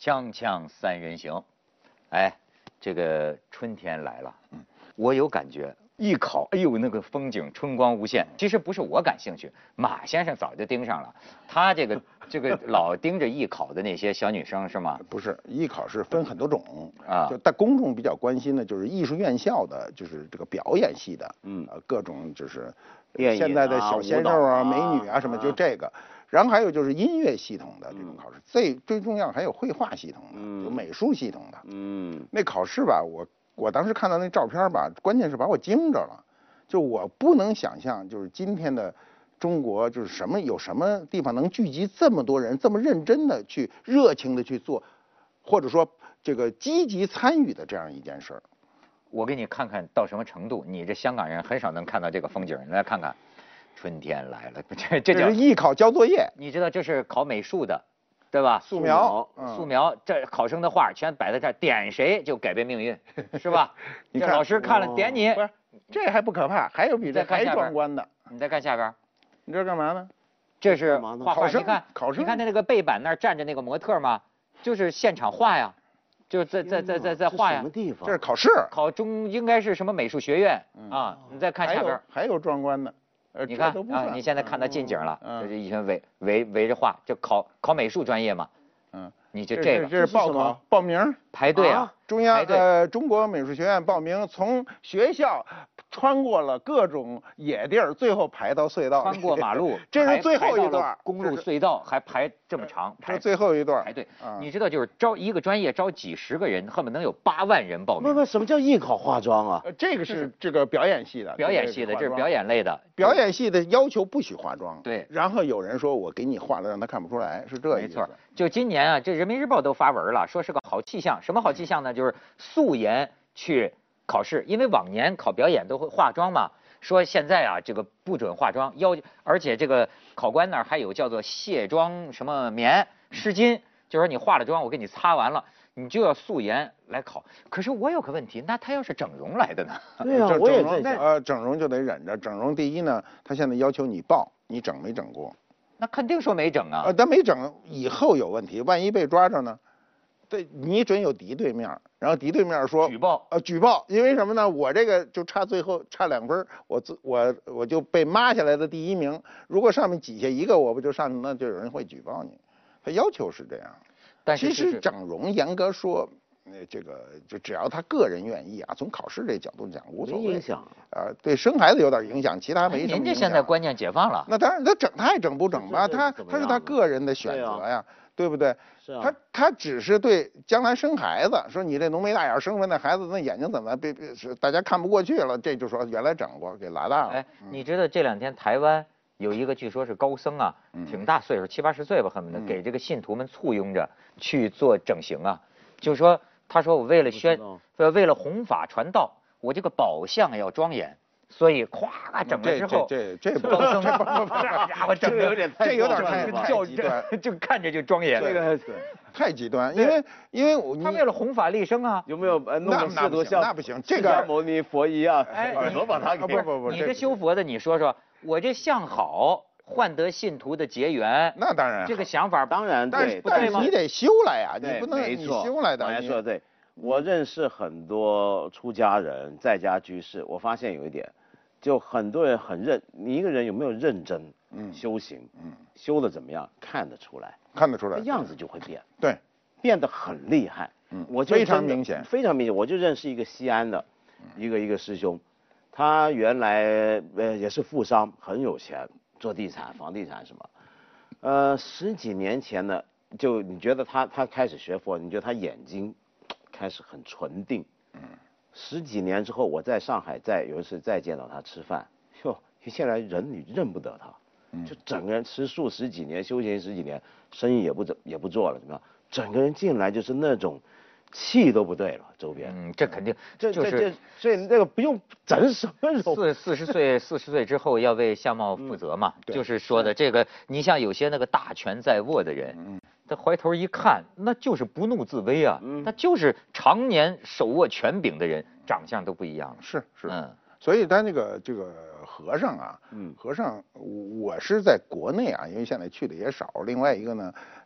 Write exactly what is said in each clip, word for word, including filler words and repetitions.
锵锵三人行，哎，这个春天来了，嗯，我有感觉。一考，哎呦，那个风景春光无限。其实不是我感兴趣，马先生早就盯上了。他这个这个老盯着艺考的那些小女生是吗？ 不是，艺考是分很多种啊， 就但公众比较关心的就是艺术院校的，就是这个表演系的， 嗯， 呃，各种就是现在的小鲜肉啊、美女啊什么，就这个。然后还有就是音乐系统的这种考试，最最重要还有绘画系统的，就美术系统的。嗯，那考试吧，我。我当时看到那照片吧，关键是把我惊着了，就我不能想象，就是今天的中国，就是什么有什么地方能聚集这么多人，这么认真的去、热情的去做，或者说这个积极参与的这样一件事儿。 我给你看看到什么程度，你这香港人很少能看到这个风景。你来看看，春天来了，这这叫艺考交作业。 你知道这是考美术的。对吧？ 素描， 素描，这考生的画全摆在这儿，点谁就改变命运，是吧？ 你看老师看了点你， 不是，这还不可怕，还有比这还壮观的。 你再看下边， 你这是干嘛呢？ 这是画画，你看， 考生， 你看那个背板那儿站着那个模特吗？就是现场画呀，就是在在在在在画呀。 什么地方？ 这是考试， 考中应该是什么美术学院啊？你再看下边， 还有壮观的。 你看啊，你现在看到近景了，这是一群围围围着画，这考考美术专业嘛。嗯，你就这个这是报考报名排队啊， 中央呃中国美术学院报名，从学校穿过了各种野地儿，最后排到隧道， 穿过马路， 这是最后一段公路隧道，还排这么长， 这最后一段排队。你知道就是招一个专业招几十个人，恨不得能有八万人报名。 不不，什么叫艺考化妆啊？ 这个是这个表演系的， 表演系的，这是表演类的。 表演系的要求不许化妆， 对。 然后有人说我给你画了，让他看不出来，是这意思。 没错，就今年啊，这人民日报都发文了，说是个好气象。什么好气象呢？就是素颜去考试，因为往年考表演都会化妆嘛。说现在啊，这个不准化妆，要而且这个考官那儿还有叫做卸妆什么棉湿巾，就说你化了妆，我给你擦完了，你就要素颜来考。可是我有个问题，那他要是整容来的呢？ 对啊，我也在想。呃，整容就得忍着。整容第一呢，他现在要求你报，你整没整过？ 那肯定说没整啊。 呃，他没整，以后有问题，万一被抓着呢？对你准有敌对面，然后敌对面说举报， 呃，举报，因为什么呢？我这个就差最后差两分，我自我我就被抹下来的第一名。如果上面挤下一个，我不就上，那就有人会举报你。他要求是这样， 但是其实整容严格说，呃，这个就只要他个人愿意啊，从考试这角度讲无所谓， 影响啊、呃，对生孩子有点影响，其他没什么影响。 您这现在观念解放了， 那当然，他整他爱整不整吧，他他是他个人的选择呀。对不对？ 是啊， 他他只是对将来生孩子，说你这浓眉大眼生出来那孩子那眼睛怎么被被是大家看不过去了，这就说原来整过给拉大了。 哎，你知道这两天台湾有一个据说是高僧啊， 嗯、 挺大岁数，七八十岁吧，恨不得给这个信徒们簇拥着去做整形啊，就是说他说我为了宣呃为了弘法传道，我这个宝相要庄严。所以咵整了之后， 这这这高僧这家伙整的有点太这有点太较极端， 就看着就庄严。 这个太极端，因为因为我他为了弘法利生啊， 有没有呃弄个那不行，那不行，这个释迦牟尼佛一样， 哎， 耳朵把它给不不不， 你这修佛的，你说说，我这相好换得信徒的结缘， 那当然， 这个想法当然对， 但是你得修来呀，你不能你修来的。 你说对，我认识很多出家人，在家居士，我发现有一点。就很多人很认，你一个人有没有认真，嗯，修行，嗯，修的怎么样，看得出来， 看得出来， 样子就会变， 对， 变得很厉害， 嗯， 我就非常明显， 非常明显。我就认识一个西安的，一个一个师兄，他原来呃也是富商，很有钱，做地产、房地产什么，呃，十几年前呢，就你觉得他他开始学佛，你觉得他眼睛开始很纯定，嗯。十几年之后，我在上海再有一次再见到他吃饭，哟，现在人你认不得他，就整个人吃素十几年，修行十几年，生意也不怎也不做了，怎么样？整个人进来就是那种气都不对了，周边。 嗯，这肯定， 这就是这所以那个不用整什么容。 四四十岁四十岁之后要为相貌负责嘛，就是说的这个，你像有些那个大权在握的人。嗯。他回头一看，那就是不怒自威啊，那就是常年手握权柄的人，长相都不一样了。 是是， 嗯， 所以他那个这个和尚啊，嗯，和尚，我是在国内啊，因为现在去的也少。另外一个呢，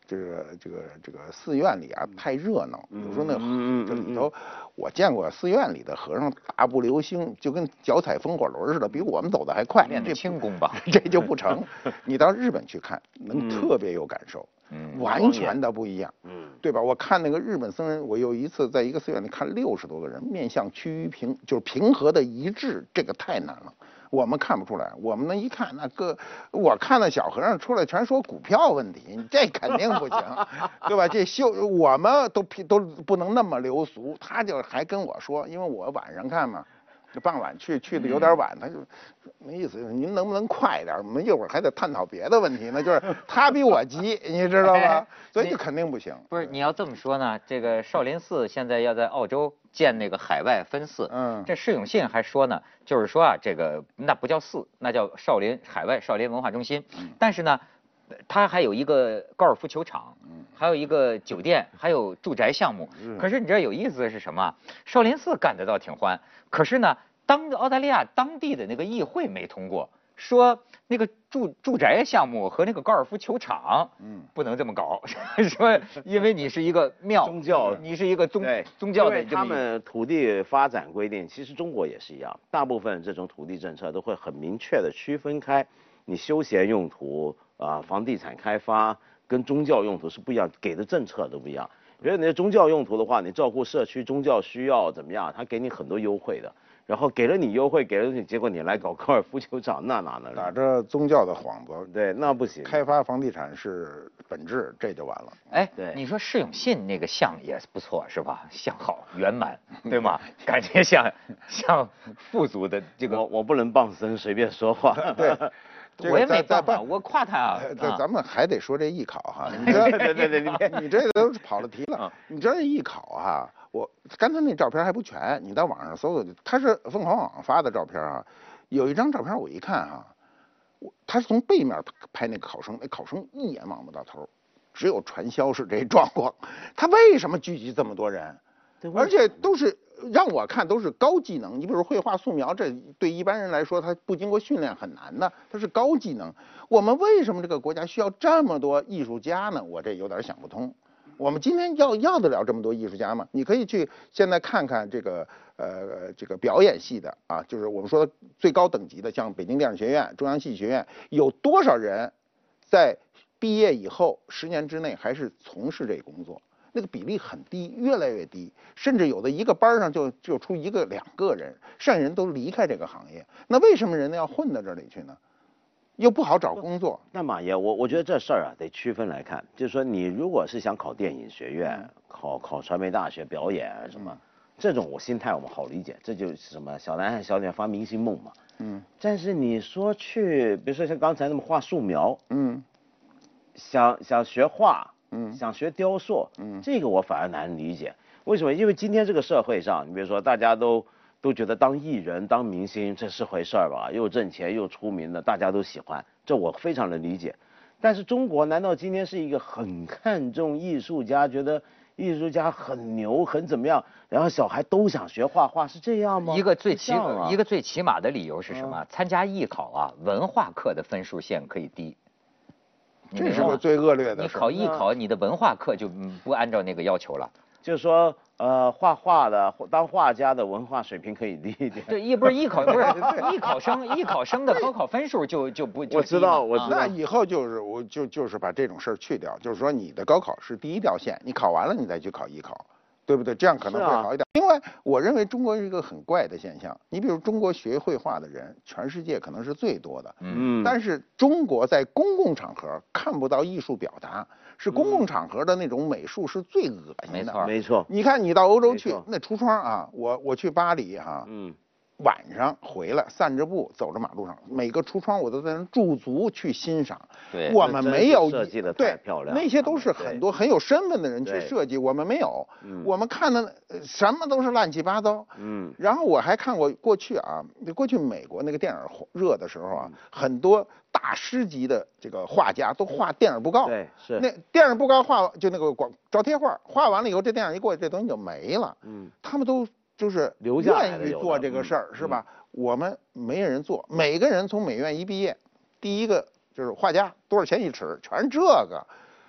这个这个这个寺院里啊太热闹，有时候那这里头我见过寺院里的和尚大步流星，就跟脚踩风火轮似的，比我们走的还快。 练的轻功吧， 这就不成。你到日本去看，能特别有感受， 嗯， 完全的不一样， 嗯， 对吧？我看那个日本僧人，我有一次在一个寺院里看六十多个人，面相趋于平，就是平和的一致，这个太难了。我们看不出来，我们那一看，那个我看那小和尚出来全说股票问题，你这肯定不行，对吧？这修我们都都不能那么流俗，他就还跟我说，因为我晚上看嘛，这傍晚去去的有点晚，他就没意思，您能不能快点？我们一会儿还得探讨别的问题呢，就是他比我急，你知道吧？所以就肯定不行。 不是你要这么说呢，这个少林寺现在要在澳洲建那个海外分寺，嗯，这释永信还说呢，就是说啊，这个那不叫寺，那叫少林海外少林文化中心，嗯，但是呢，它还有一个高尔夫球场，嗯，还有一个酒店，还有住宅项目。嗯，可是你知道有意思的是什么？少林寺干得倒挺欢，可是呢，当澳大利亚当地的那个议会没通过。说那个住住宅项目和那个高尔夫球场，嗯，不能这么搞。说因为你是一个庙， 宗教， 你是一个宗宗教的。 因为他们土地发展规定，其实中国也是一样，大部分这种土地政策都会很明确的区分开，你休闲用途啊、房地产开发跟宗教用途是不一样，给的政策都不一样。比如你的宗教用途的话，你照顾社区宗教需要怎么样，他给你很多优惠的。然后给了你优惠，给了你，结果你来搞高尔夫球场，那哪能打着宗教的幌子？ 对，那不行。 开发房地产是本质，这就完了。 哎，对，你说释永信那个像也不错，是吧？像好圆满，对吗？感觉像像富足的这个。 我我不能傍身随便说话。 对。 我也没办法，我夸他啊。 对，咱们还得说这艺考哈。对对对对， 你你这都跑了题了。你知道这艺考哈，我刚才那照片还不全，你到网上搜搜，他是凤凰网发的照片啊。有一张照片我一看哈，我他是从背面拍那个考生，那考生一眼望不到头，只有传销是这状况。他为什么聚集这么多人？而且都是让我看都是高技能。你比如绘画素描，这对一般人来说他不经过训练很难的，它是高技能。我们为什么这个国家需要这么多艺术家呢？我这有点想不通。我们今天要要得了这么多艺术家吗？你可以去现在看看这个呃这个表演系的啊，就是我们说的最高等级的，像北京电影学院、中央戏剧学院，有多少人在毕业以后十年之内还是从事这个工作？那个比例很低，越来越低，甚至有的一个班上就就出一个两个人，剩下人都离开这个行业。那为什么人家要混到这里去呢？又不好找工作。 那马爷，我我觉得这事儿啊得区分来看，就是说你如果是想考电影学院、考考传媒大学表演什么，这种我心态我们好理解，这就是什么小男孩小女孩发明星梦嘛。嗯。但是你说去，比如说像刚才那么画素描，嗯，想想学画。嗯，想学雕塑，嗯，这个我反而难理解。为什么？因为今天这个社会上，你比如说大家都都觉得当艺人、当明星这是回事儿吧，又挣钱又出名的，大家都喜欢，这我非常的理解。但是中国难道今天是一个很看重艺术家，觉得艺术家很牛很怎么样，然后小孩都想学画画，是这样吗？ 一个最起一个最起码的理由是什么？嗯、参加艺考啊，文化课的分数线可以低。 这是个最恶劣的。 你考艺考，你的文化课就不按照那个要求了。 就是说，呃，画画的当画家的文化水平可以低一点。 对，艺不是艺考，不是艺考生，艺考生的高考分数就就不就我知道，我知道。 那以后就是我就就是把这种事儿去掉，就是说你的高考是第一条线，你考完了你再去考艺考。对不对？这样可能会好一点。另外，我认为中国是一个很怪的现象。你比如中国学绘画的人，全世界可能是最多的。嗯。但是中国在公共场合看不到艺术表达，是公共场合的那种美术是最恶心的。 没错， 没错。 你看，你到欧洲去，那橱窗啊，我我去巴黎哈，嗯，晚上回来散着步，走着马路上，每个橱窗我都在那驻足去欣赏。 对， 我们没有设计的太漂亮， 那些都是很多很有身份的人去设计，我们没有。嗯，我们看的什么都是乱七八糟。嗯，然后我还看过过去啊，过去美国那个电影热的时候啊，很多大师级的这个画家都画电影布告。 对，是。 那电影布告画就那个广招贴画，画完了以后，这电影一过去，这东西就没了。嗯，他们都。就是愿意做这个事儿，是吧？我们没人做，每个人从美院一毕业，第一个就是画家，多少钱一尺，全是这个。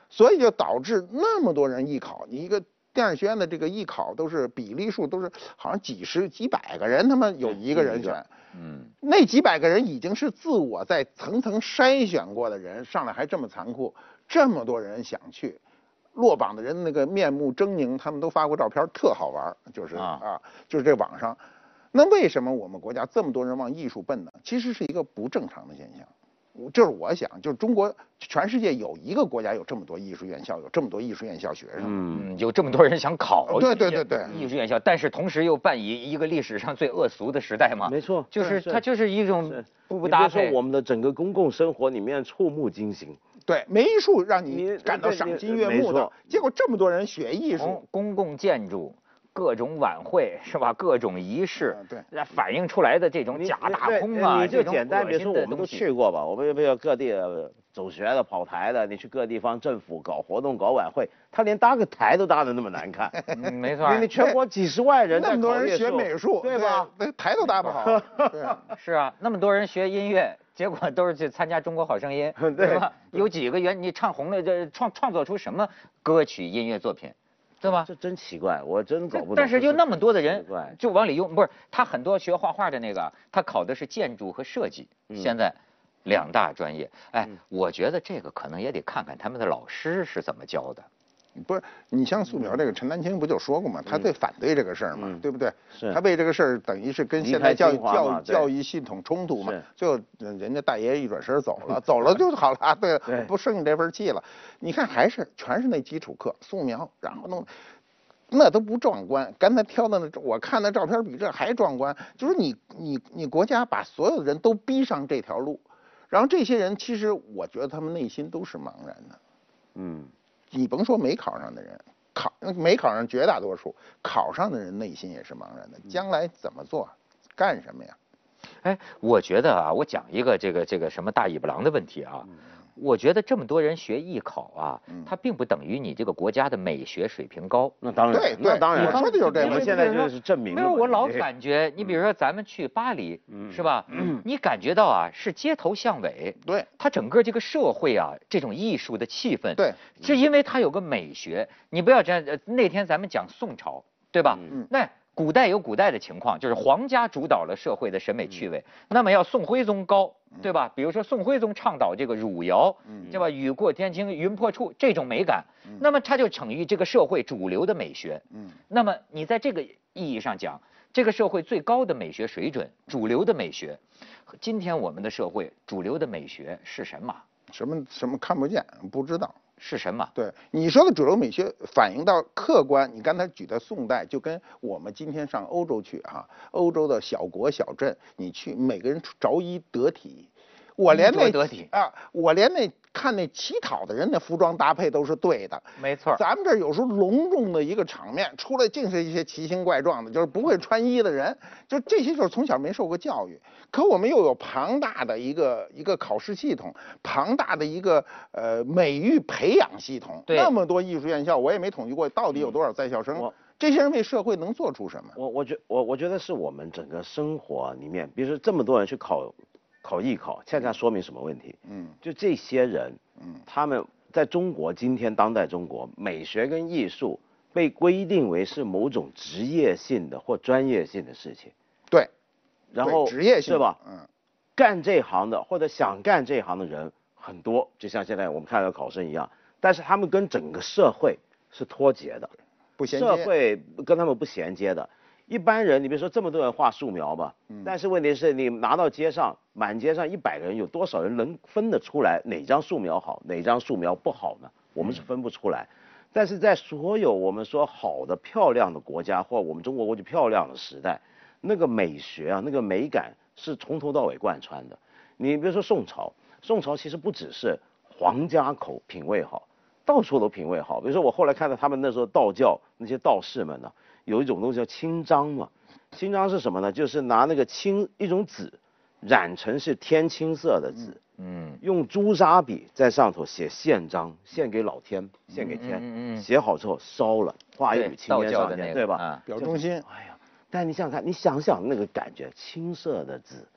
所以就导致那么多人艺考，你一个电影学院的这个艺考都是比例数都是好像几十几百个人，他们有一个人选，嗯，那几百个人已经是自我在层层筛选过的人，上来还这么残酷，这么多人想去。落榜的人那个面目狰狞，他们都发过照片，特好玩，就是啊, 啊，就是这网上。那为什么我们国家这么多人往艺术奔呢？其实是一个不正常的现象。这是我想，就是中国，全世界有一个国家有这么多艺术院校，有这么多艺术院校学生， 嗯，有这么多人想考， 对对对对， 艺术院校，但是同时又伴以一个历史上最恶俗的时代嘛， 没错， 就是它就是一种不搭配。说我们的整个公共生活里面触目惊心， 对，没艺术让你感到赏心悦目的，结果这么多人学艺术， 公共建筑。各种晚会是吧？各种仪式， 嗯、对， 那反映出来的这种假大空啊， 你就简单，比如说我们都去过吧，我们比如各地走学的、跑台的，你去各地方政府搞活动、搞晚会，他连搭个台都搭得那么难看， 嗯，没错。 你全国几十万人， 那么多人学美术， 对吧？ 那台都搭不好。对， 是啊，那么多人学音乐，结果都是去参加中国好声音，对吧？有几个原你唱红了，这创创作出什么歌曲、音乐作品？对吧？ 这真奇怪，我真搞不懂。 但是就那么多的人就往里用，不是他很多学画画的那个，他考的是建筑和设计，嗯、现在两大专业。哎，嗯、我觉得这个可能也得看看他们的老师是怎么教的。 不是，你像素描这个，陈丹青不就说过吗？他最反对这个事儿嘛， 嗯、 对不对？ 是。 他为这个事儿等于是跟现在教育教育教育系统冲突嘛，最后人家大爷一转身走了，走了就好了，对， 对不生你这份气了。你看还是全是那基础课，素描，然后弄。那都不壮观，刚才挑的那，我看的照片比这还壮观。就是你你你国家把所有的人都逼上这条路，然后这些人其实我觉得他们内心都是茫然的。 嗯， 你甭说没考上的人，考没考上绝大多数，考上的人内心也是茫然的。将来怎么做，干什么呀？ 哎，我觉得啊，我讲一个这个这个什么大尾巴狼的问题啊。嗯，我觉得这么多人学艺考啊，它并不等于你这个国家的美学水平高。 那当然， 对， 那当然， 我说的就是这个。 我们现在就是证明了。 没有，我老感觉，你比如说咱们去巴黎，是吧？你感觉到啊，是街头巷尾。 对。 它整个这个社会啊，这种艺术的气氛。 对。 是因为它有个美学。你不要这样，那天咱们讲宋朝，对吧？嗯。那。古代有古代的情况，就是皇家主导了社会的审美趣味。嗯、那么要宋徽宗高，对吧？比如说宋徽宗倡导这个汝窑，嗯、对吧？雨过天晴云破处这种美感，嗯、那么它就成于这个社会主流的美学。嗯，那么你在这个意义上讲，这个社会最高的美学水准，主流的美学，今天我们的社会主流的美学是什么？ 什么什么看不见，不知道。 是什么？ 对你说的主流美学反映到客观，你刚才举的宋代，就跟我们今天上欧洲去哈、啊，欧洲的小国小镇，你去每个人着衣得体，我连那得体啊，我连那看那乞讨的人的服装搭配都是对的， 没错。 咱们这有时候隆重的一个场面，出来尽是一些奇形怪状的，就是不会穿衣的人，就这些就是从小没受过教育。可我们又有庞大的一个一个考试系统，庞大的一个呃美育培养系统，那么多艺术院校，我也没统计过到底有多少在校生。嗯、这些人为社会能做出什么？ 我我觉我我觉得是我们整个生活里面，比如说这么多人去考考艺考，恰恰说明什么问题？嗯，就这些人，嗯，他们在中国今天当代中国，美学跟艺术被规定为是某种职业性的或专业性的事情。 对。 然后职业性是吧？ 嗯， 干这行的或者想干这行的人很多，就像现在我们看到考生一样，但是他们跟整个社会是脱节的， 不衔接， 社会跟他们不衔接的。一般人，你比如说这么多人画素描吧，嗯、但是问题是你拿到街上，满街上一百个人，有多少人能分得出来哪张素描好，哪张素描不好呢？我们是分不出来。嗯、但是在所有我们说好的、漂亮的国家，或我们中国国际漂亮的时代。那个美学啊，那个美感是从头到尾贯穿的。你比如说宋朝，宋朝其实不只是皇家口品味好，到处都品味好。比如说我后来看到他们那时候道教那些道士们呢，有一种东西叫青章嘛。青章是什么呢？就是拿那个青一种紫，染成是天青色的紫，嗯，用朱砂笔在上头写宪章，献给老天，献给天，嗯嗯，写好之后烧了，画一缕青烟上天，对吧？ 表忠心。 哎呀。但你想想看，你想想那个感觉，青色的紫，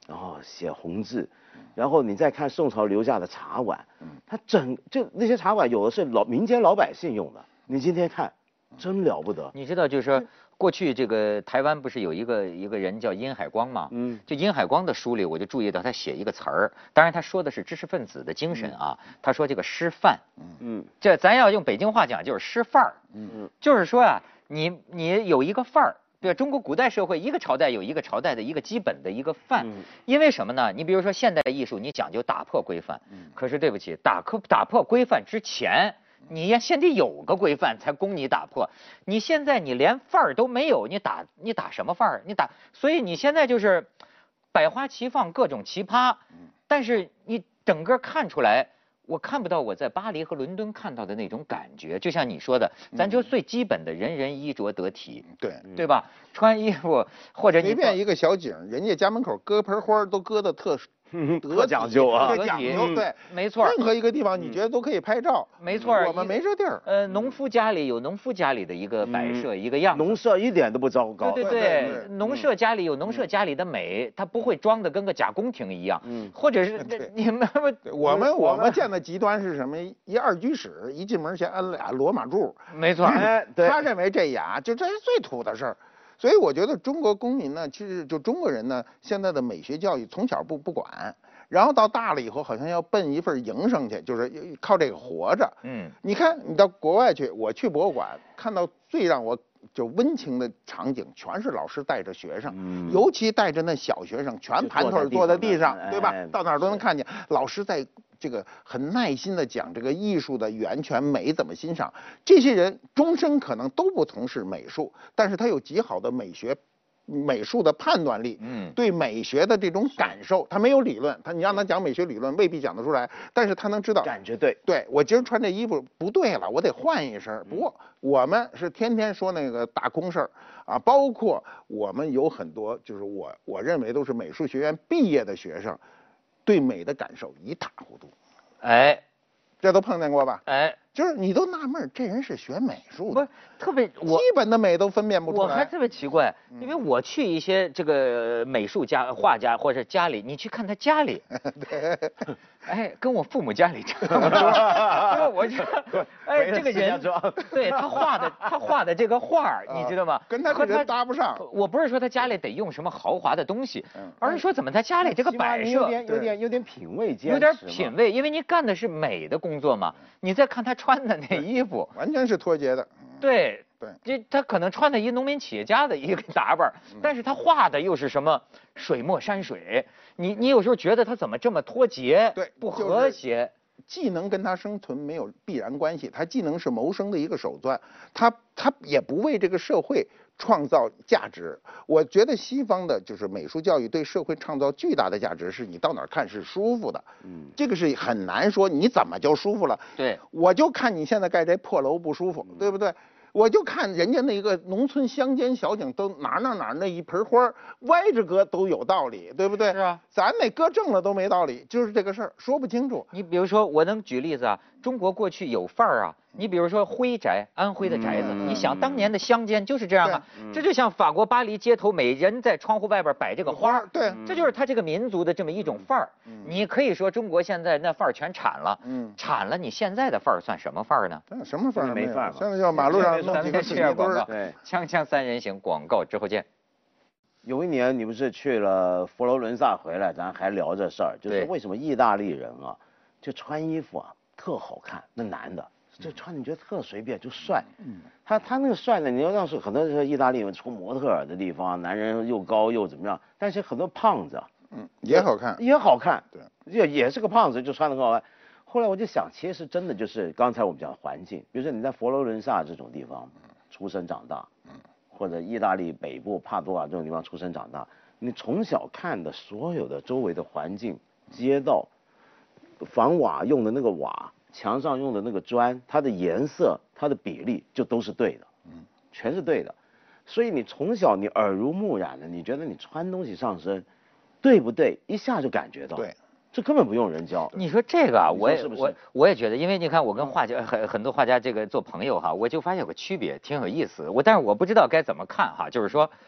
然后写红字，然后你再看宋朝留下的茶馆，它整就那些茶馆有的是老民间老百姓用的，你今天看，真了不得。 你知道，就是说过去这个台湾不是有一个一个人叫殷海光吗？嗯，就殷海光的书里，我就注意到他写一个词儿，当然他说的是知识分子的精神啊。他说这个师范，嗯，这咱要用北京话讲就是师范儿，嗯，就是说啊，你你有一个范儿。对，中国古代社会一个朝代有一个朝代的一个基本的一个范，嗯、因为什么呢？你比如说现代艺术，你讲究打破规范，嗯、可是对不起，打破打破规范之前，你要先得有个规范才供你打破。你现在你连范儿都没有，你打你打什么范儿？你打，所以你现在就是百花齐放，各种奇葩，但是你整个看出来。我看不到我在巴黎和伦敦看到的那种感觉，就像你说的，咱就最基本的人人衣着得体， 对对吧？穿衣服或者你随便一个小景，人家家门口搁盆花都搁的特特讲究啊， 特讲究，对， 没错。 任何一个地方你觉得都可以拍照， 没错。 我们没这地儿。 呃，农夫家里有农夫家里的一个摆设，一个样子。 农舍一点都不糟糕。 对对对，农舍家里有农舍家里的美，它不会装的跟个假宫廷一样。嗯，或者是你们我们我们见的极端是什么？一二居室一进门先安俩罗马柱， 没错。 哎，他认为这雅，就这是最土的事儿。所以我觉得中国公民呢，其实就中国人呢，现在的美学教育从小不不管，然后到大了以后，好像要奔一份营生去，就是靠这个活着。嗯，你看你到国外去，我去博物馆看到最让我就温情的场景，全是老师带着学生，嗯、尤其带着那小学生，全盘腿坐在地上，对吧？哎、到哪儿都能看见老师在。这个很耐心的讲这个艺术的源泉美怎么欣赏，这些人终身可能都不从事美术，但是他有极好的美学、美术的判断力，嗯，对美学的这种感受，他没有理论，他你让他讲美学理论未必讲得出来，但是他能知道感觉对， 对我今儿穿这衣服不对了，我得换一身。不过我们是天天说那个大空事儿啊，包括我们有很多就是我我认为都是美术学院毕业的学生。对美的感受一塌糊涂， 哎， 这都碰见过吧？ 哎， 就是你都纳闷，这人是学美术的， 不是特别， 基本的美都分辨不出来。 我还特别奇怪，因为我去一些这个美术家、画家或者家里，你去看他家里，哎，跟我父母家里差不多。因为我就，哎，这个人，对他画的，他画的这个画你知道吗？ 跟他这人搭不上。 我不是说他家里得用什么豪华的东西，而是说怎么他家里这个摆设有点有点有点品味， 有点品味，因为你干的是美的工作嘛。你再看他穿的那衣服， 完全是脱节的。 对对，这他可能穿的一农民企业家的一个打扮，但是他画的又是什么水墨山水，你你有时候觉得他怎么这么脱节， 对， 不和谐。 技能跟他生存没有必然关系，他技能是谋生的一个手段，他他也不为这个社会创造价值。我觉得西方的就是美术教育对社会创造巨大的价值，是你到哪儿看是舒服的，嗯，这个是很难说你怎么就舒服了。 对， 我就看你现在盖这破楼不舒服，对不对？我就看人家那个农村乡间小景，都哪哪哪那一盆花歪着搁都有道理，对不对？ 是啊， 咱那搁正了都没道理，就是这个事儿说不清楚。 你比如说，我能举例子啊，中国过去有范儿啊。你比如说徽宅，安徽的宅子，嗯、你想当年的乡间就是这样啊，嗯、这就像法国巴黎街头，每人在窗户外边摆这个花， 对， 这就是他这个民族的这么一种范儿。嗯、你可以说中国现在那范儿全铲了，嗯，铲了，你现在的范儿算什么范儿呢？ 什么范儿没范儿？ 现在叫马路上弄几个水泥墩儿。 对，锵锵三人行，广告之后见。 有一年你不是去了佛罗伦萨回来，咱还聊这事儿，就是为什么意大利人啊，就穿衣服啊特好看，那男的。就穿你觉得特随便就帅，嗯，他他那个帅呢，你要让是很多是意大利有出模特儿的地方，男人又高又怎么样，但是很多胖子， 嗯，也好看， 也好看， 对， 也也是个胖子就穿得很好看。后来我就想，其实真的就是刚才我们讲的环境，比如说你在佛罗伦萨这种地方出生长大，嗯，或者意大利北部帕多瓦这种地方出生长大，你从小看的所有的周围的环境、街道、房瓦用的那个瓦。墙上用的那个砖，它的颜色、它的比例就都是对的，嗯，全是对的。所以你从小你耳濡目染的，你觉得你穿东西上身，对不对？一下就感觉到。 对， 这根本不用人教。 你说这个啊，我也我我也觉得，因为你看我跟画家很很多画家这个做朋友哈，我就发现有个区别，挺有意思。我但是我不知道该怎么看哈，就是说，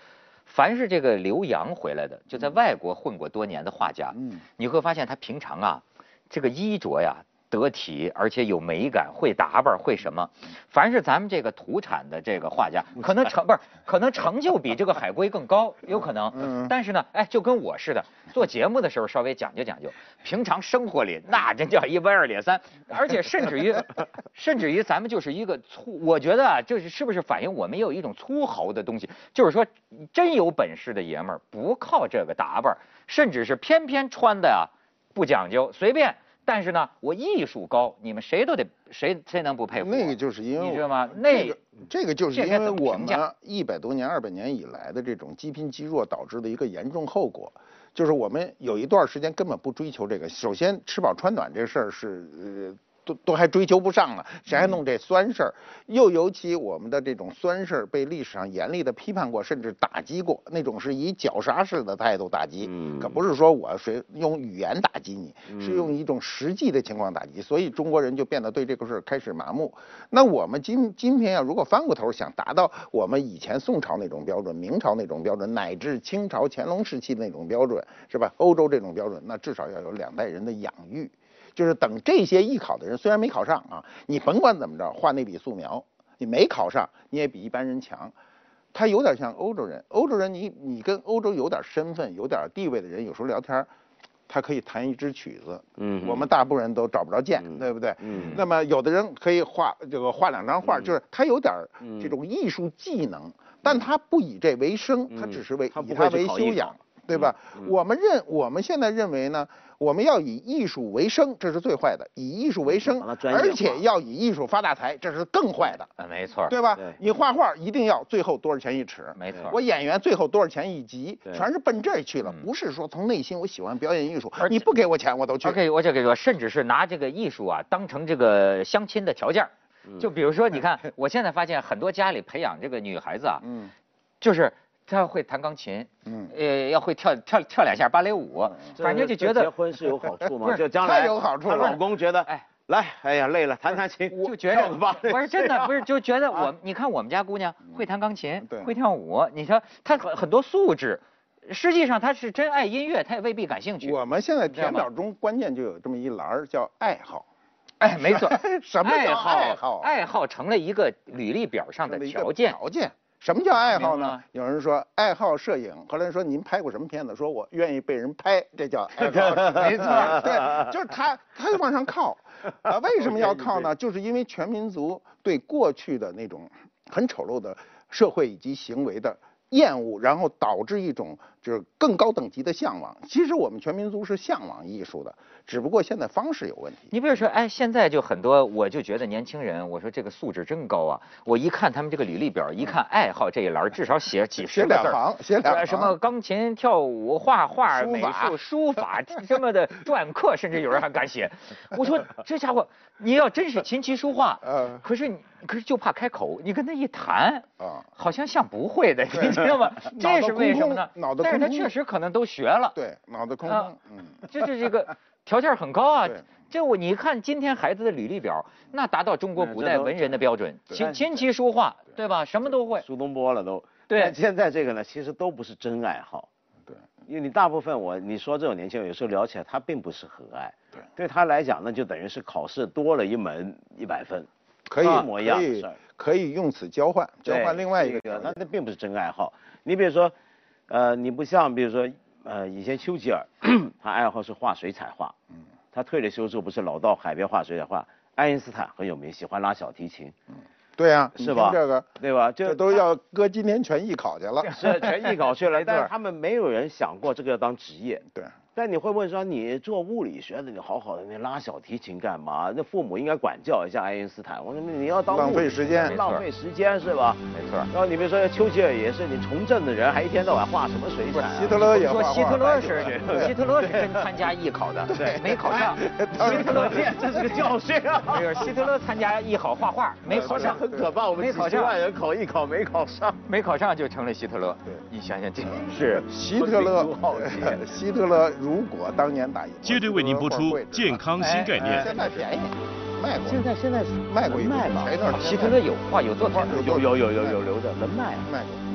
凡是这个留洋回来的，就在外国混过多年的画家，嗯，你会发现他平常啊，这个衣着呀得体，而且有美感，会打扮，会什么？凡是咱们这个土产的这个画家，可能成不是，可能成就比这个海归更高，有可能。嗯。但是呢，哎，就跟我似的，做节目的时候稍微讲究讲究，平常生活里那真叫一歪二咧三，而且甚至于，甚至于咱们就是一个粗，我觉得啊，就是是不是反映我们也有一种粗豪的东西？就是说，真有本事的爷们儿不靠这个打扮，甚至是偏偏穿的呀不讲究，随便。但是呢，我艺术高，你们谁都得谁谁能不佩服？ 那个就是因为你知道吗？那个这个就是因为我们一百多年、二百年以来的这种积贫积弱导致的一个严重后果，就是我们有一段时间根本不追求这个。首先，吃饱穿暖这事儿是呃。都都还追求不上了，谁还弄这酸事儿？又尤其我们的这种酸事儿被历史上严厉的批判过，甚至打击过，那种是以绞杀式的态度打击，嗯，可不是说我谁用语言打击你，是用一种实际的情况打击，所以中国人就变得对这个事儿开始麻木。那我们今今天呀，如果翻过头想达到我们以前宋朝那种标准、明朝那种标准，乃至清朝乾隆时期那种标准，是吧？欧洲这种标准，那至少要有两代人的养育。就是等这些艺考的人虽然没考上啊，你甭管怎么着画那笔素描，你没考上你也比一般人强。他有点像欧洲人，欧洲人你你跟欧洲有点身份、有点地位的人有时候聊天，他可以弹一支曲子，嗯，我们大部分人都找不着键，嗯、对不对？嗯。那么有的人可以画这个画两张画，嗯、就是他有点这种艺术技能，嗯、但他不以这为生，嗯、他只是为以他为修养。对吧？嗯、我们认我们现在认为呢，我们要以艺术为生，这是最坏的；以艺术为生，而且要以艺术发大财，这是更坏的。 嗯，没错， 对吧？对，你画画一定要最后多少钱一尺？ 没错。 我演员最后多少钱一集？全是奔这儿去了，不是说从内心我喜欢表演艺术，你不给我钱我都去。 OK， 我就给说，甚至是拿这个艺术啊当成这个相亲的条件。就比如说，你看，我现在发现很多家里培养这个女孩子啊，嗯，就是。他要会弹钢琴，嗯，呃，要会跳跳跳两下芭蕾舞，反正就觉得结婚是有好处吗？就将来有好处。 她老公觉得，哎，来，哎呀，累了，弹弹琴， 就觉得不是真的，不是就觉得我，你看我们家姑娘会弹钢琴，会跳舞，你说她很很多素质，实际上她是真爱音乐，她也未必感兴趣。 我们现在填表中关键就有这么一栏叫爱好。 哎，没错， 什么叫爱好？ 爱好成了一个履历表上的条件。 条件。什么叫爱好呢？有人说爱好摄影，后来人说您拍过什么片子？说我愿意被人拍，这叫爱好。没错，对，就是他，他就往上靠。啊，为什么要靠呢？就是因为全民族对过去的那种很丑陋的社会以及行为的厌恶，然后导致一种就是更高等级的向往。其实我们全民族是向往艺术的，只不过现在方式有问题。 你比如说，哎，现在就很多，我就觉得年轻人，我说这个素质真高啊！我一看他们这个履历表，一看爱好这一栏，至少写几十个字， 写两行，写两行， 什么钢琴、跳舞、画画、美术、书法什么的篆刻，甚至有人还敢写。我说这家伙，你要真是琴棋书画，嗯，可是你可是就怕开口，你跟他一谈，啊，好像像不会的，你知道吗？这是为什么呢？ 脑子空空， 但是他确实可能都学了。 对，脑子空空，嗯， 这是这个。条件很高啊，这我你看今天孩子的履历表，那达到中国古代文人的标准，琴琴棋书画，对吧？什么都会， 苏东坡了都。 对， 现在这个呢，其实都不是真爱好。 对， 因为你大部分我你说这种年轻人有时候聊起来，他并不是和爱。 对， 对他来讲呢，就等于是考试多了一门一百分， 可以一模一样的事儿， 可以用此交换，交换另外一个， 那那并不是真爱好。你比如说，呃，你不像比如说呃以前丘吉尔，他爱好是画水彩画，嗯。他退了休之后，不是老到海边画水彩画。爱因斯坦很有名，喜欢拉小提琴。嗯， 对呀、啊， 是吧？ 这个对吧？ 这都要搁今天全艺考去了。 是全艺考去了，但是他们没有人想过这个要当职业。 对。 但你会问说，你做物理学的，你好好的，你拉小提琴干嘛？那父母应该管教一下爱因斯坦。我说你要当浪费时间， 浪费时间是吧？ 没错。 然后你比如说丘吉尔也是，你从政的人还一天到晚画什么水彩、啊？ 希特勒也画说希特勒是希特勒是真参加艺考的，对，没考上。 希特勒这是个教训啊！ 没有，希特勒参加艺考画画，没考上， 很可怕。我们几十万人考艺考没考上， 没考上就成了希特勒。 对， 你想想这是希特勒。希特勒如果当年。 接着为您播出健康新概念。 现在便宜，卖过。 现在现在卖过一卖吗？ 希特勒有画有作品， 有有有有有留着能卖。 卖过。